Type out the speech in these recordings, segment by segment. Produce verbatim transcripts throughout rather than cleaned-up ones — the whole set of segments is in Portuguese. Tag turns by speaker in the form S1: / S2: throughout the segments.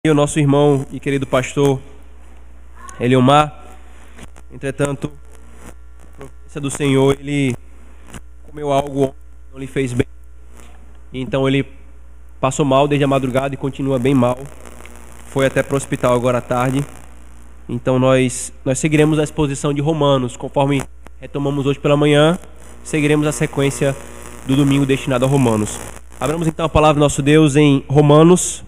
S1: o nosso irmão e querido pastor Eliomar. Entretanto, a providência do Senhor, ele comeu algo que não lhe fez bem, então ele passou mal desde a madrugada e continua bem mal. Foi até para o hospital agora à tarde. Então nós, nós seguiremos a exposição de Romanos, conforme retomamos hoje pela manhã, seguiremos a sequência do domingo destinado a Romanos. Abramos então a palavra do nosso Deus em Romanos,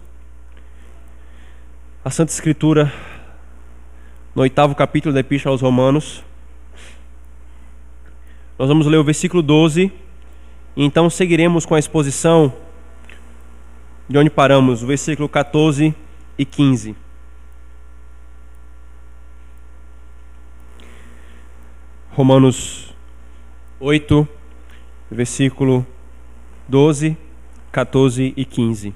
S1: a Santa Escritura, no oitavo capítulo da Epístola aos Romanos. Nós vamos ler o versículo doze, e então seguiremos com a exposição de onde paramos, o versículo quatorze e quinze. Romanos oito, versículo doze, quatorze e quinze.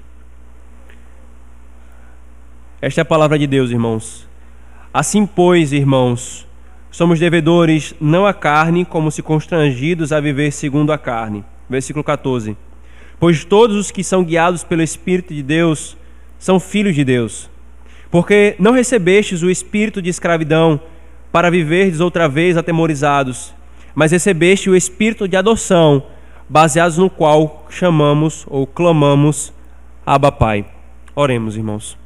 S1: Esta é a palavra de Deus, irmãos. Assim, pois, irmãos, somos devedores não à carne, como se constrangidos a viver segundo a carne. Versículo quatorze. Pois todos os que são guiados pelo Espírito de Deus são filhos de Deus. Porque não recebestes o espírito de escravidão para viverdes outra vez atemorizados, mas recebeste o espírito de adoção, baseados no qual chamamos ou clamamos Abba Pai. Oremos, irmãos.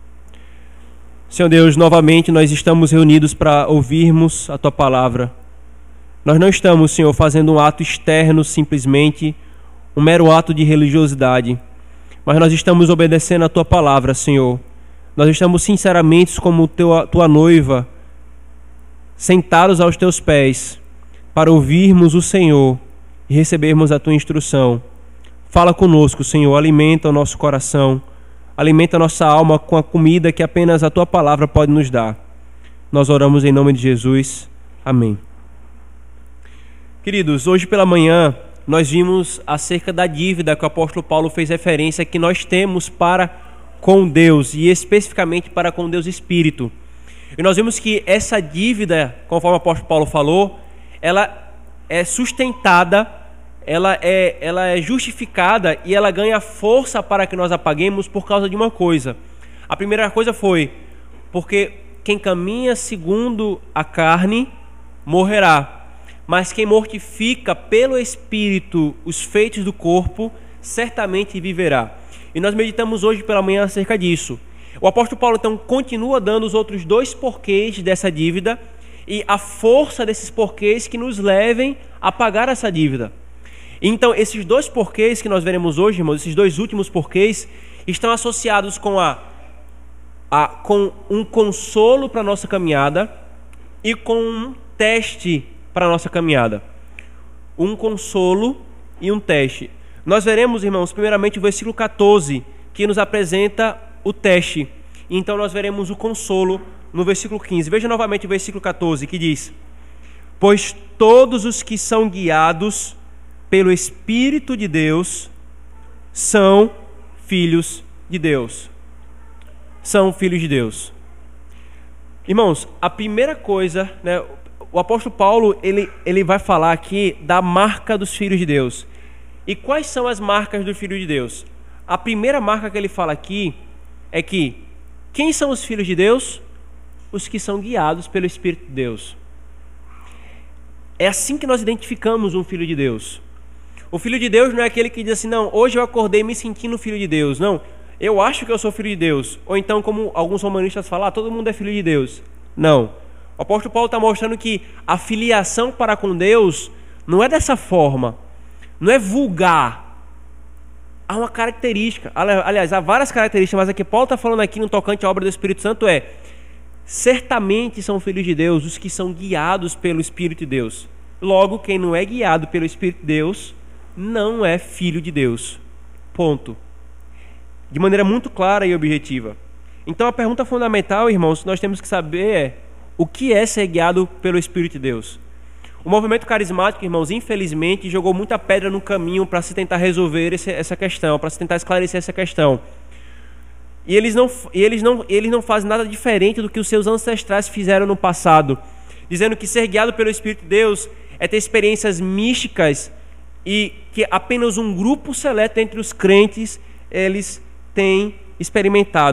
S1: Senhor Deus, novamente nós estamos reunidos para ouvirmos a Tua palavra. Nós não estamos, Senhor, fazendo um ato externo simplesmente, um mero ato de religiosidade, mas nós estamos obedecendo a Tua palavra, Senhor. Nós estamos sinceramente como tua, tua noiva, sentados aos Teus pés, para ouvirmos o Senhor e recebermos a Tua instrução. Fala conosco, Senhor, alimenta o nosso coração, alimenta a nossa alma com a comida que apenas a Tua palavra pode nos dar. Nós oramos em nome de Jesus. Amém. Queridos, hoje pela manhã nós vimos acerca da dívida que o apóstolo Paulo fez referência que nós temos para com Deus, e especificamente para com Deus Espírito. E nós vimos que essa dívida, conforme o apóstolo Paulo falou, ela é sustentada, ela é, ela é justificada e ela ganha força para que nós a paguemos por causa de uma coisa. A primeira coisa foi, porque quem caminha segundo a carne morrerá, mas quem mortifica pelo Espírito os feitos do corpo, certamente viverá. E nós meditamos hoje pela manhã acerca disso. O apóstolo Paulo então continua dando os outros dois porquês dessa dívida e a força desses porquês que nos levem a pagar essa dívida. Então, esses dois porquês que nós veremos hoje, irmãos, esses dois últimos porquês, estão associados com, a, a, com um consolo para a nossa caminhada e com um teste para a nossa caminhada. Um consolo e um teste. Nós veremos, irmãos, primeiramente o versículo quatorze, que nos apresenta o teste. Então, nós veremos o consolo no versículo quinze. Veja novamente o versículo quatorze, que diz: Pois todos os que são guiados pelo Espírito de Deus são filhos de Deus. São filhos de Deus. Irmãos, a primeira coisa, né, o apóstolo Paulo ele, ele vai falar aqui da marca dos filhos de Deus. E quais são as marcas do filho de Deus? A primeira marca que ele fala aqui é que quem são os filhos de Deus? Os que são guiados pelo Espírito de Deus. É assim que nós identificamos um filho de Deus. O filho de Deus não é aquele que diz assim, não, hoje eu acordei me sentindo filho de Deus. Não, eu acho que eu sou filho de Deus. Ou então, como alguns romanistas falam, ah, todo mundo é filho de Deus. Não. O apóstolo Paulo está mostrando que a filiação para com Deus não é dessa forma. Não é vulgar. Há uma característica. Aliás, há várias características, mas a que Paulo está falando aqui no tocante à obra do Espírito Santo é: certamente são filhos de Deus os que são guiados pelo Espírito de Deus. Logo, quem não é guiado pelo Espírito de Deus não é filho de Deus. Ponto. De maneira muito clara e objetiva. Então a pergunta fundamental, irmãos, que nós temos que saber é: o que é ser guiado pelo Espírito de Deus? O movimento carismático, irmãos, infelizmente, jogou muita pedra no caminho para se tentar resolver esse, essa questão, para se tentar esclarecer essa questão. E eles não, eles, não, eles não fazem nada diferente do que os seus ancestrais fizeram no passado, dizendo que ser guiado pelo Espírito de Deus é ter experiências místicas e que apenas um grupo seleto entre os crentes eles têm experimentado.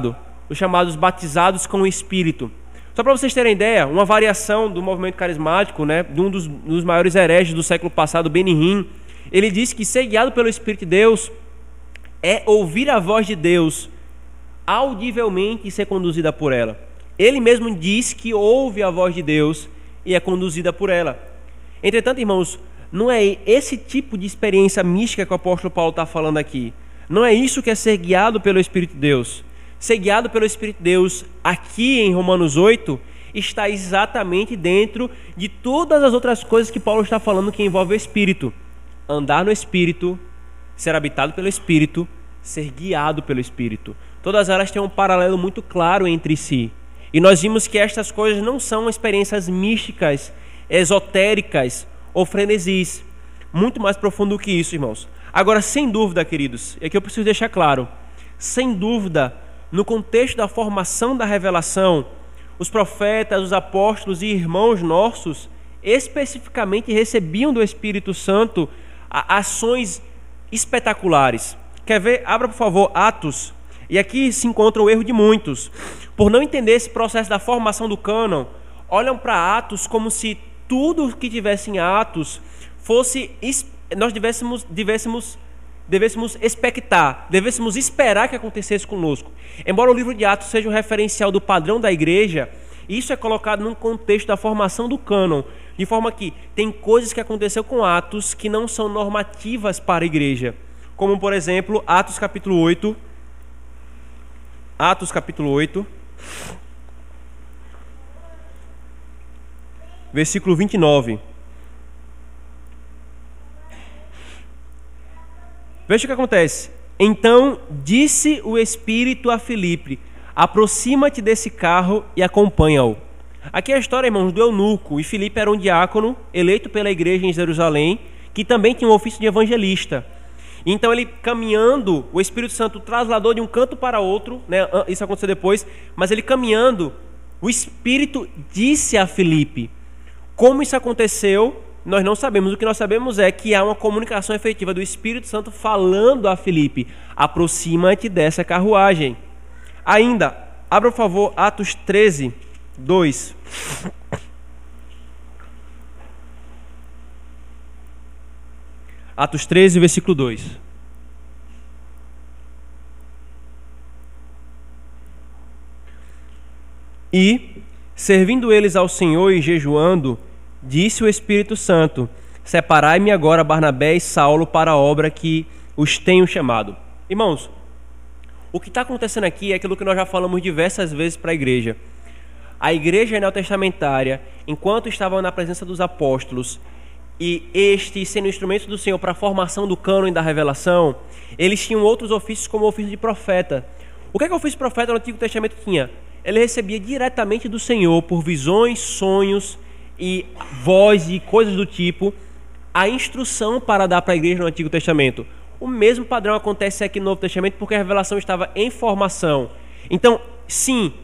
S1: os chamados batizados com o Espírito. Só para vocês terem ideia, uma variação do movimento carismático, né, de um dos, dos maiores hereges do século passado, Benny Hinn, ele diz que ser guiado pelo Espírito de Deus é ouvir a voz de Deus audivelmente e ser conduzida por ela. Ele mesmo diz que ouve a voz de Deus e é conduzida por ela. Entretanto, irmãos, não é esse tipo de experiência mística que o apóstolo Paulo está falando aqui. Não é isso que é ser guiado pelo Espírito de Deus. Ser guiado pelo Espírito de Deus aqui em Romanos oito está exatamente dentro de todas as outras coisas que Paulo está falando que envolve o Espírito. Andar no Espírito, ser habitado pelo Espírito, ser guiado pelo Espírito. Todas elas têm um paralelo muito claro entre si. E nós vimos que estas coisas não são experiências místicas, esotéricas ou frenesis. Muito mais profundo do que isso, irmãos. Agora, sem dúvida, queridos, é que eu preciso deixar claro, sem dúvida, no contexto da formação da revelação, os profetas, os apóstolos e irmãos nossos, especificamente recebiam do Espírito Santo ações espetaculares. Quer ver? Abra, por favor, Atos. E aqui se encontra o erro de muitos. Por não entender esse processo da formação do cânon, olham para Atos como se tudo que tivesse em Atos fosse, nós devêssemos, devêssemos, devêssemos expectar, devêssemos esperar que acontecesse conosco. Embora o livro de Atos seja o referencial do padrão da igreja, isso é colocado num contexto da formação do cânon, de forma que tem coisas que aconteceram com Atos que não são normativas para a igreja. Como, por exemplo, Atos capítulo oito. Atos capítulo oito. Versículo vinte e nove. Veja o que acontece. Então disse o Espírito a Filipe: aproxima-te desse carro e acompanha-o. Aqui é a história, irmãos, do eunuco. E Filipe era um diácono eleito pela igreja em Jerusalém, que também tinha um ofício de evangelista. Então ele caminhando, o Espírito Santo trasladou de um canto para outro, né? Isso aconteceu depois, mas ele caminhando, o Espírito disse a Filipe. Como isso aconteceu, nós não sabemos. O que nós sabemos é que há uma comunicação efetiva do Espírito Santo falando a Filipe: aproxima-te dessa carruagem. Ainda, abra por favor Atos treze, dois. Atos treze, versículo dois. E, servindo eles ao Senhor e jejuando, disse o Espírito Santo: separai-me agora Barnabé e Saulo para a obra que os tenho chamado. Irmãos, o que está acontecendo aqui é aquilo que nós já falamos diversas vezes para a igreja. A igreja neotestamentária, enquanto estavam na presença dos apóstolos, e estes sendo instrumentos do Senhor para a formação do cânon e da revelação, eles tinham outros ofícios como o ofício de profeta. O que é que o ofício de profeta no Antigo Testamento tinha? Ele recebia diretamente do Senhor, por visões, sonhos e voz e coisas do tipo, a instrução para dar para a igreja no Antigo Testamento. O mesmo padrão acontece aqui no Novo Testamento, porque a revelação estava em formação. Então, sim,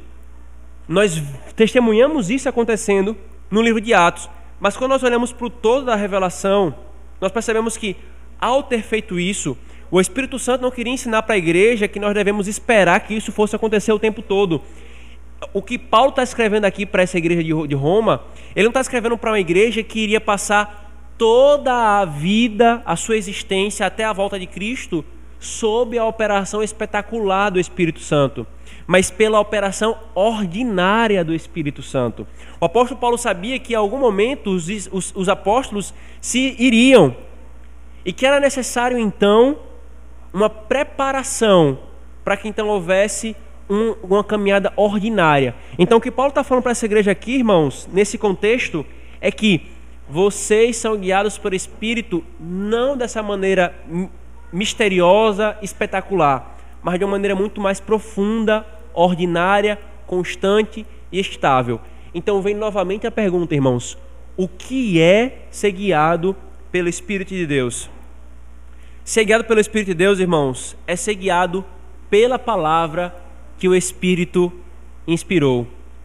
S1: nós testemunhamos isso acontecendo no livro de Atos. Mas quando nós olhamos para o todo da revelação, nós percebemos que, ao ter feito isso, o Espírito Santo não queria ensinar para a igreja que nós devemos esperar que isso fosse acontecer o tempo todo. O que Paulo está escrevendo aqui para essa igreja de Roma, ele não está escrevendo para uma igreja que iria passar toda a vida, a sua existência até a volta de Cristo, sob a operação espetacular do Espírito Santo, mas pela operação ordinária do Espírito Santo. O apóstolo Paulo sabia que em algum momento os, os, os apóstolos se iriam e que era necessário então uma preparação para que então houvesse um, uma caminhada ordinária. Então o que Paulo está falando para essa igreja aqui, irmãos, nesse contexto, é que vocês são guiados por Espírito não dessa maneira misteriosa, espetacular, mas de uma maneira muito mais profunda, ordinária, constante e estável. Então vem novamente a pergunta, irmãos: o que é ser guiado pelo Espírito de Deus? Ser guiado pelo Espírito de Deus, irmãos, é ser guiado pela palavra que o Espírito inspirou.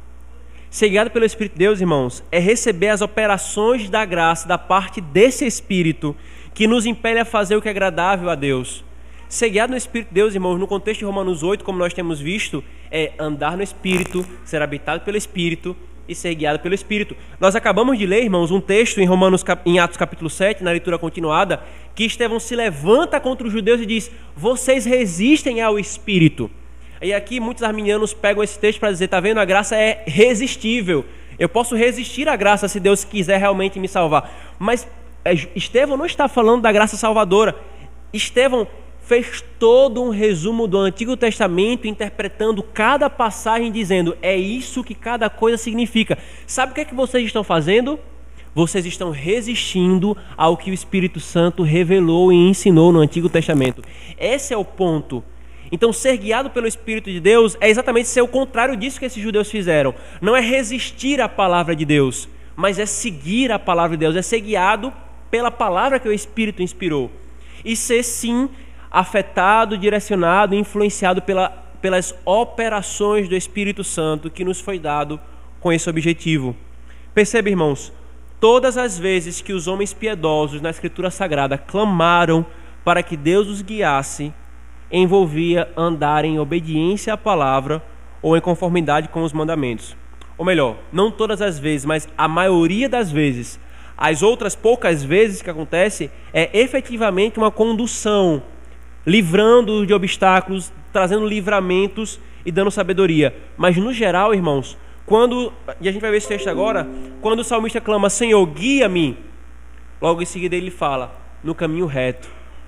S1: Ser guiado pelo Espírito de Deus, irmãos, é receber as operações da graça da parte desse Espírito que nos impele a fazer o que é agradável a Deus. Ser guiado no Espírito de Deus, irmãos, no contexto de Romanos oito, como nós temos visto, é andar no Espírito, ser habitado pelo Espírito e ser guiado pelo Espírito. Nós acabamos de ler, irmãos, um texto em, Romanos, em Atos capítulo sete, na leitura continuada, que Estevão se levanta contra os judeus e diz: vocês resistem ao Espírito. E aqui muitos arminianos pegam esse texto para dizer: tá vendo, a graça é resistível. Eu posso resistir à graça se Deus quiser realmente me salvar. Mas Estevão não está falando da graça salvadora. Estevão fez todo um resumo do Antigo Testamento, interpretando cada passagem, dizendo: é isso que cada coisa significa. Sabe o que é que vocês estão fazendo? Vocês estão resistindo ao que o Espírito Santo revelou e ensinou no Antigo Testamento. Esse é o ponto. Então, ser guiado pelo Espírito de Deus é exatamente ser o contrário disso que esses judeus fizeram. Não é resistir à palavra de Deus, mas é seguir a palavra de Deus, é ser guiado pela palavra que o Espírito inspirou. E ser, sim, afetado, direcionado, influenciado pela, pelas operações do Espírito Santo que nos foi dado com esse objetivo. Perceba, irmãos, todas as vezes que os homens piedosos na Escritura Sagrada clamaram para que Deus os guiasse, envolvia andar em obediência à palavra ou em conformidade com os mandamentos. Ou melhor, não todas as vezes, mas a maioria das vezes. As outras poucas vezes que acontece é efetivamente uma condução, livrando de obstáculos, trazendo livramentos e dando sabedoria. Mas no geral, irmãos, quando, e a gente vai ver esse texto agora, quando o salmista clama: Senhor, guia-me, logo em seguida ele fala: no caminho reto,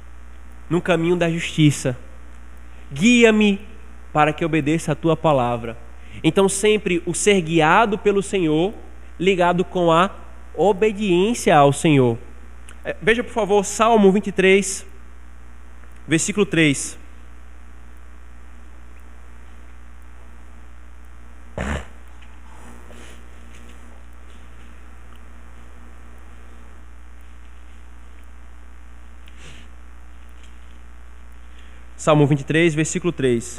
S1: no caminho da justiça. Guia-me para que obedeça a tua palavra. Então sempre o ser guiado pelo Senhor, ligado com a obediência ao Senhor. Veja, por favor, Salmo vinte e três, versículo três. Salmo vinte e três, versículo três.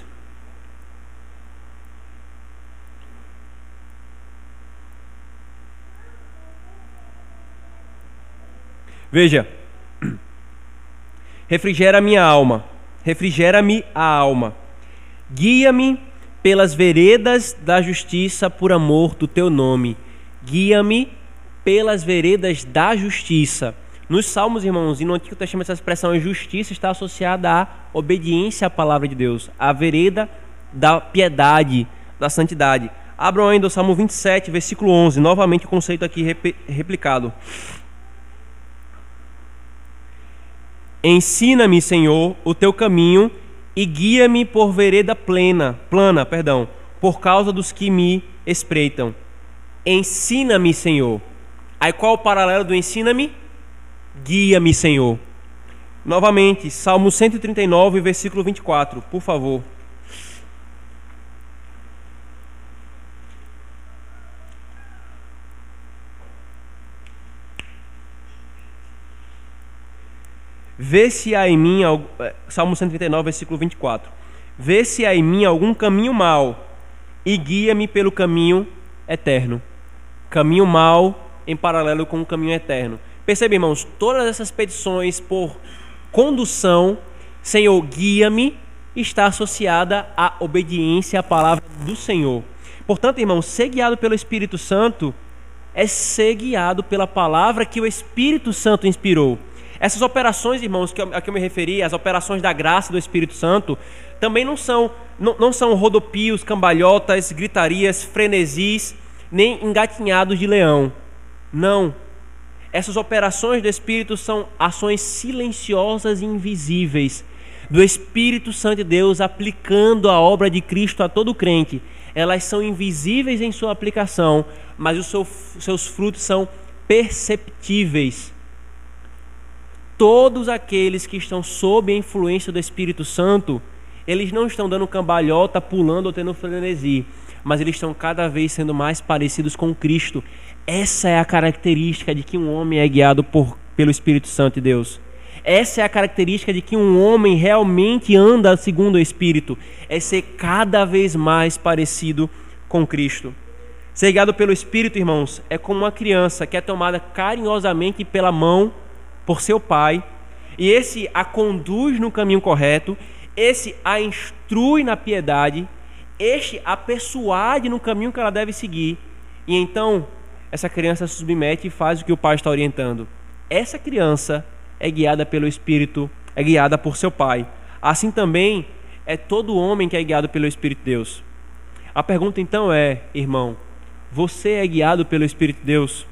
S1: Veja: refrigera minha alma, refrigera-me a alma, guia-me pelas veredas da justiça por amor do teu nome. Guia-me pelas veredas da justiça. Nos Salmos, irmãos, e no Antigo Testamento, essa expressão justiça está associada à obediência à palavra de Deus, à vereda da piedade, da santidade. Abram ainda o Salmo vinte e sete, versículo onze, novamente o conceito aqui replicado. Ensina-me, Senhor, o teu caminho e guia-me por vereda plena, plana, perdão, por causa dos que me espreitam. Ensina-me, Senhor. Aí qual o paralelo do ensina-me? Guia-me, Senhor. Novamente, Salmo cento e trinta e nove, versículo vinte e quatro, por favor. Vê se há em mim, Salmo cento e trinta e nove, versículo vinte e quatro. Vê se há em mim algum caminho mau e guia-me pelo caminho eterno. Caminho mau em paralelo com o caminho eterno. Percebe, irmãos, todas essas petições por condução, Senhor, guia-me, está associada à obediência à palavra do Senhor. Portanto, irmãos, ser guiado pelo Espírito Santo é ser guiado pela palavra que o Espírito Santo inspirou. Essas operações, irmãos, que eu, a que eu me referi, as operações da graça do Espírito Santo, também não são, não, não são rodopios, cambalhotas, gritarias, frenesis, nem engatinhados de leão. Não. Essas operações do Espírito são ações silenciosas e invisíveis do Espírito Santo de Deus aplicando a obra de Cristo a todo crente. Elas são invisíveis em sua aplicação, mas os seu, seus frutos são perceptíveis. Todos aqueles que estão sob a influência do Espírito Santo, eles não estão dando cambalhota, pulando ou tendo frenesi, mas eles estão cada vez sendo mais parecidos com Cristo. Essa é a característica de que um homem é guiado por, pelo Espírito Santo de Deus. Essa é a característica de que um homem realmente anda segundo o Espírito. É ser cada vez mais parecido com Cristo. Ser guiado pelo Espírito, irmãos, é como uma criança que é tomada carinhosamente pela mão por seu pai E esse a conduz no caminho correto, esse a instrui na piedade, este a persuade no caminho que ela deve seguir. E então, essa criança se submete e faz o que o pai está orientando. Essa criança é guiada pelo Espírito, é guiada por seu pai. Assim também é todo homem que é guiado pelo Espírito de Deus. A pergunta então é, irmão, você é guiado pelo Espírito de Deus?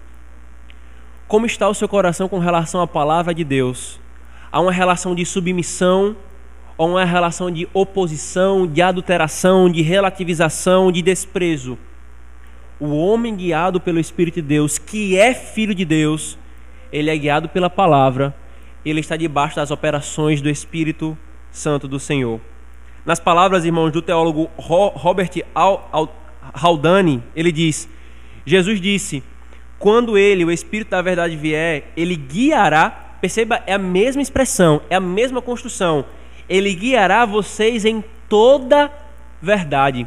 S1: Como está o seu coração com relação à palavra de Deus? Há uma relação de submissão ou uma relação de oposição, de adulteração, de relativização, de desprezo? O homem guiado pelo Espírito de Deus, que é filho de Deus, ele é guiado pela palavra, ele está debaixo das operações do Espírito Santo do Senhor. Nas palavras, irmãos, do teólogo Robert Haldane, ele diz: Jesus disse, quando ele, o Espírito da verdade vier, ele guiará, perceba, é a mesma expressão, é a mesma construção, ele guiará vocês em toda verdade.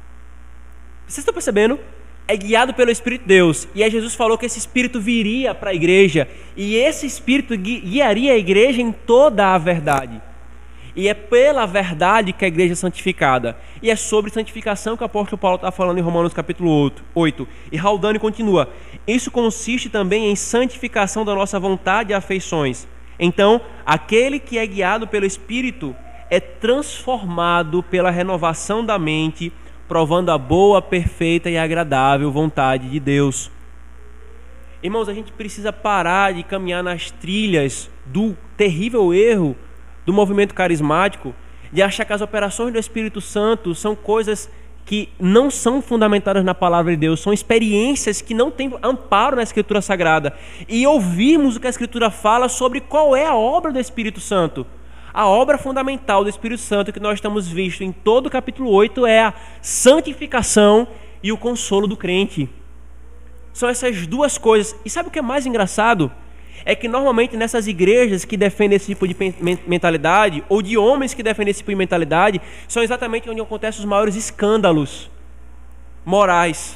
S1: Vocês estão percebendo? É guiado pelo Espírito de Deus. E aí Jesus falou que esse Espírito viria para a igreja, e esse Espírito guiaria a igreja em toda a verdade. E é pela verdade que a igreja é santificada. E é sobre santificação que o apóstolo Paulo está falando em Romanos capítulo oito. E Haldane continua: isso consiste também em santificação da nossa vontade e afeições. Então, aquele que é guiado pelo Espírito é transformado pela renovação da mente, provando a boa, perfeita e agradável vontade de Deus. Irmãos, a gente precisa parar de caminhar nas trilhas do terrível erro do movimento carismático, de achar que as operações do Espírito Santo são coisas que não são fundamentadas na palavra de Deus, são experiências que não têm amparo na Escritura Sagrada, e ouvirmos o que a Escritura fala sobre qual é a obra do Espírito Santo. A obra fundamental do Espírito Santo que nós estamos vendo em todo o capítulo oito é a santificação e o consolo do crente. São essas duas coisas. E sabe o que é mais engraçado? É que normalmente nessas igrejas que defendem esse tipo de mentalidade, ou de homens que defendem esse tipo de mentalidade, são exatamente onde acontecem os maiores escândalos morais.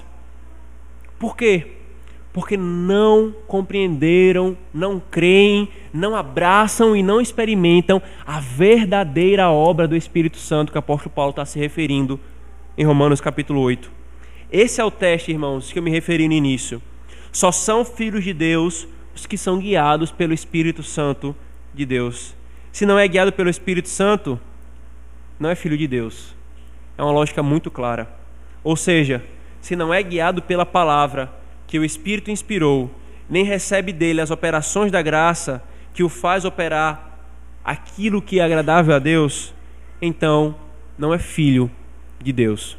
S1: Por quê? Porque não compreenderam, não creem, não abraçam e não experimentam a verdadeira obra do Espírito Santo que o apóstolo Paulo está se referindo em Romanos capítulo oito. Esse é o teste, irmãos, que eu me referi no início. Só são filhos de Deus os que são guiados pelo Espírito Santo de Deus. Se não é guiado pelo Espírito Santo, não é filho de Deus. É uma lógica muito clara. Ou seja, se não é guiado pela palavra que o Espírito inspirou, nem recebe dele as operações da graça que o faz operar aquilo que é agradável a Deus, então não é filho de Deus.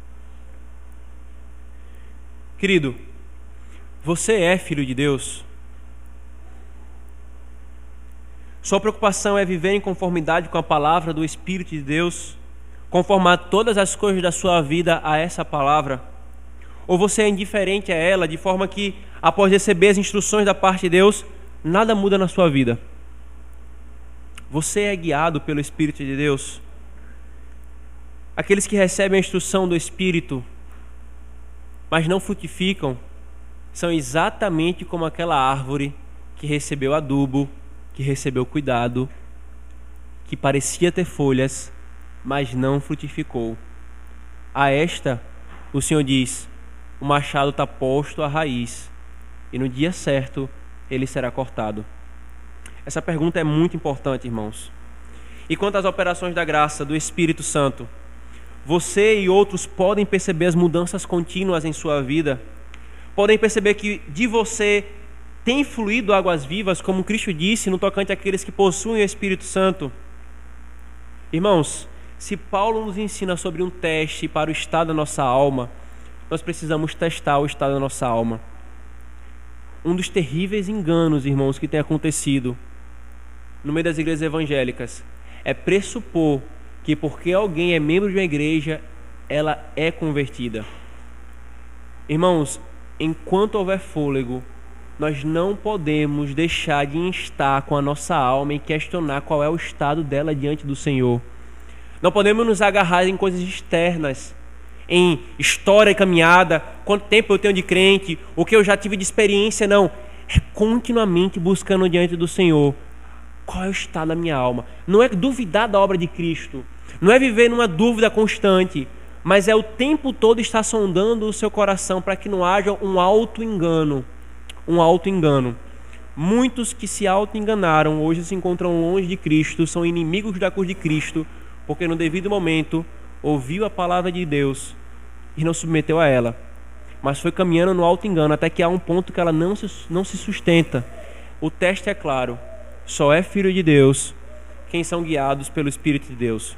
S1: Querido, você é filho de Deus? Sua preocupação é viver em conformidade com a palavra do Espírito de Deus, conformar todas as coisas da sua vida a essa palavra? Ou você é indiferente a ela, de forma que, após receber as instruções da parte de Deus, nada muda na sua vida? Você é guiado pelo Espírito de Deus? Aqueles que recebem a instrução do Espírito, mas não frutificam, são exatamente como aquela árvore que recebeu adubo, que recebeu cuidado, que parecia ter folhas, mas não frutificou. A esta, o Senhor diz: o machado está posto à raiz, e no dia certo ele será cortado. Essa pergunta é muito importante, irmãos. E quanto às operações da graça do Espírito Santo, você e outros podem perceber as mudanças contínuas em sua vida, podem perceber que de você tem fluído águas vivas, como Cristo disse, no tocante àqueles que possuem o Espírito Santo. Irmãos, se Paulo nos ensina sobre um teste para o estado da nossa alma, nós precisamos testar o estado da nossa alma. Um dos terríveis enganos, irmãos, que tem acontecido no meio das igrejas evangélicas é pressupor que porque alguém é membro de uma igreja, ela é convertida. Irmãos, enquanto houver fôlego, nós não podemos deixar de instar com a nossa alma e questionar qual é o estado dela diante do Senhor. Não podemos nos agarrar em coisas externas, em história e caminhada, quanto tempo eu tenho de crente, o que eu já tive de experiência. Não, é continuamente buscando diante do Senhor Qual é o estado da minha alma? Não é duvidar da obra de Cristo, não é viver numa dúvida constante, mas é o tempo todo estar sondando o seu coração para que não haja um auto-engano. Um auto-engano. Muitos que se auto-enganaram hoje se encontram longe de Cristo, são inimigos da cruz de Cristo, porque no devido momento ouviu a palavra de Deus e não submeteu a ela, mas foi caminhando no auto-engano até que há um ponto que ela não se, não se sustenta. O teste é claro, só é filho de Deus quem são guiados pelo Espírito de Deus.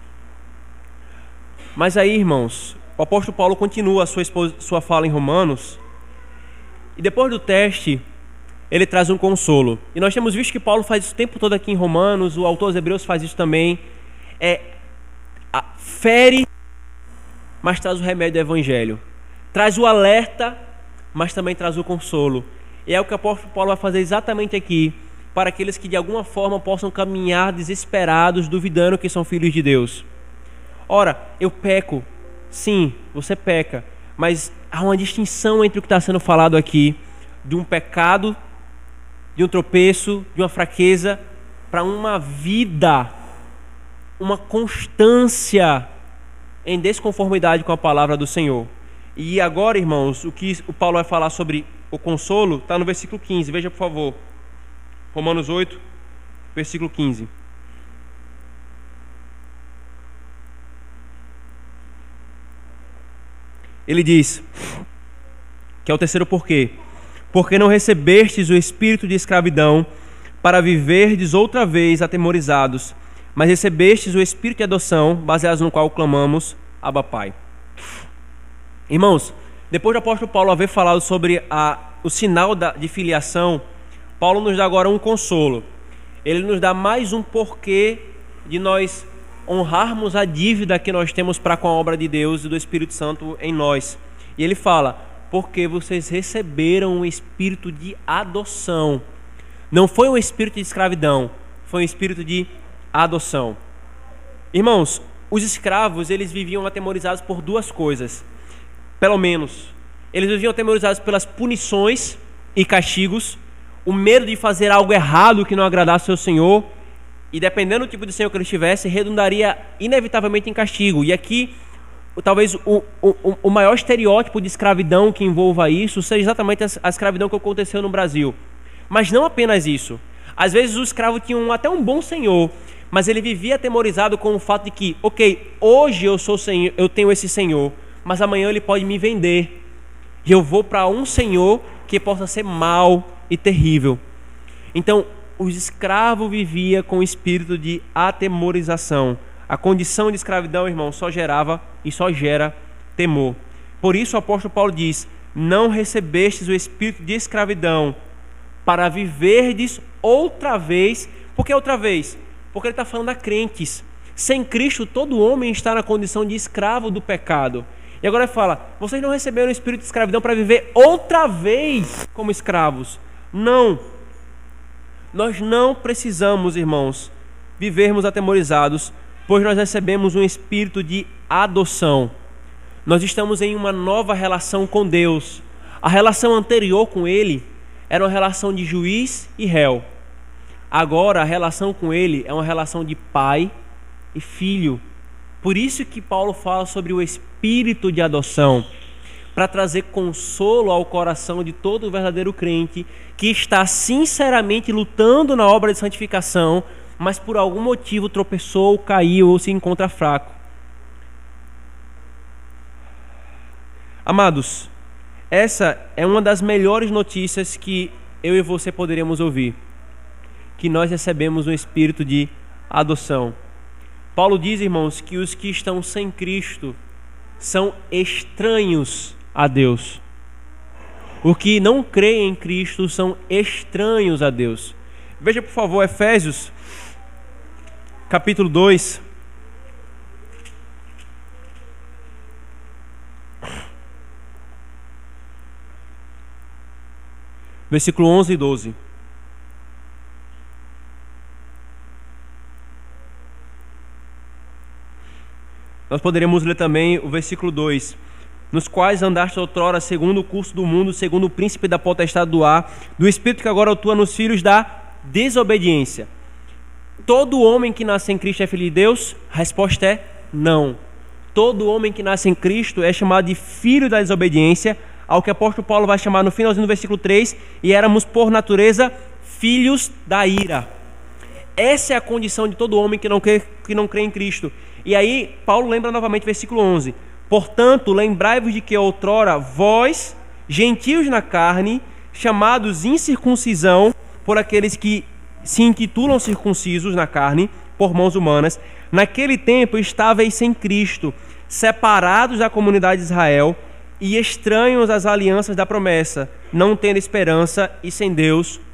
S1: Mas aí, irmãos, o apóstolo Paulo continua a sua, sua fala em Romanos, e depois do teste, ele traz um consolo. E nós temos visto que Paulo faz isso o tempo todo aqui em Romanos, o autor aos Hebreus faz isso também. É, a, fere, mas traz o remédio do Evangelho. Traz o alerta, mas também traz o consolo. E é o que o apóstolo Paulo vai fazer exatamente aqui, para aqueles que de alguma forma possam caminhar desesperados, duvidando que são filhos de Deus. Ora, eu peco. Sim, você peca. Mas há uma distinção entre o que está sendo falado aqui, de um pecado, de um tropeço, de uma fraqueza, para uma vida, uma constância em desconformidade com a palavra do Senhor. E agora, irmãos, o que o Paulo vai falar sobre o consolo está no versículo quinze. Veja, por favor. Romanos oito, versículo quinze. Ele diz, que é o terceiro porquê: porque não recebestes o espírito de escravidão para viverdes outra vez atemorizados, mas recebestes o espírito de adoção, baseados no qual clamamos, Abba Pai. Irmãos, depois do apóstolo Paulo haver falado sobre a, o sinal da, de filiação, Paulo nos dá agora um consolo. Ele nos dá mais um porquê de nós honrarmos a dívida que nós temos para com a obra de Deus e do Espírito Santo em nós. E ele fala, porque vocês receberam um espírito de adoção. Não foi um espírito de escravidão, foi um espírito de adoção. Irmãos, os escravos, eles viviam atemorizados por duas coisas, pelo menos. Eles viviam atemorizados pelas punições e castigos, o medo de fazer algo errado que não agradasse ao Senhor, e dependendo do tipo de Senhor que eles tivessem, redundaria inevitavelmente em castigo. E aqui, talvez o, o, o maior estereótipo de escravidão que envolva isso seja exatamente a escravidão que aconteceu no Brasil. Mas não apenas isso. Às vezes o escravo tinha um, até um bom senhor, mas ele vivia atemorizado com o fato de que, ok, hoje eu sou senhor, eu tenho esse senhor, mas amanhã ele pode me vender. E eu vou para um senhor que possa ser mau e terrível. Então, os escravos viviam com o espírito de atemorização. A condição de escravidão, irmão, só gerava e só gera temor. Por isso o apóstolo Paulo diz, não recebestes o espírito de escravidão para viverdes outra vez. Por que outra vez? Porque ele está falando a crentes. Sem Cristo, todo homem está na condição de escravo do pecado. E agora ele fala, vocês não receberam o espírito de escravidão para viver outra vez como escravos. Não. Nós não precisamos, irmãos, vivermos atemorizados, pois nós recebemos um espírito de adoção. Nós estamos em uma nova relação com Deus. A relação anterior com Ele era uma relação de juiz e réu. Agora a relação com Ele é uma relação de pai e filho. Por isso que Paulo fala sobre o espírito de adoção, para trazer consolo ao coração de todo verdadeiro crente que está sinceramente lutando na obra de santificação, mas por algum motivo tropeçou, caiu ou se encontra fraco. Amados, essa é uma das melhores notícias que eu e você poderíamos ouvir, que nós recebemos um espírito de adoção. Paulo diz, irmãos, que os que estão sem Cristo são estranhos a Deus. Os que não creem em Cristo são estranhos a Deus. Veja, por favor, Efésios, capítulo dois. Versículo onze e doze. Nós poderíamos ler também o versículo dois. Nos quais andaste outrora segundo o curso do mundo, segundo o príncipe da potestade do ar, do espírito que agora atua nos filhos da desobediência. Todo homem que nasce em Cristo é filho de Deus? A resposta é não. Todo homem que nasce em Cristo é chamado de filho da desobediência, ao que o apóstolo Paulo vai chamar no finalzinho do versículo três, e éramos por natureza filhos da ira. Essa é a condição de todo homem que não crê, que não crê em Cristo. E aí Paulo lembra novamente versículo onze: portanto, lembrai-vos de que outrora vós, gentios na carne, chamados incircuncisão por aqueles que se intitulam circuncisos na carne, por mãos humanas, naquele tempo estáveis sem Cristo, separados da comunidade de Israel e estranhos às alianças da promessa, não tendo esperança e sem Deus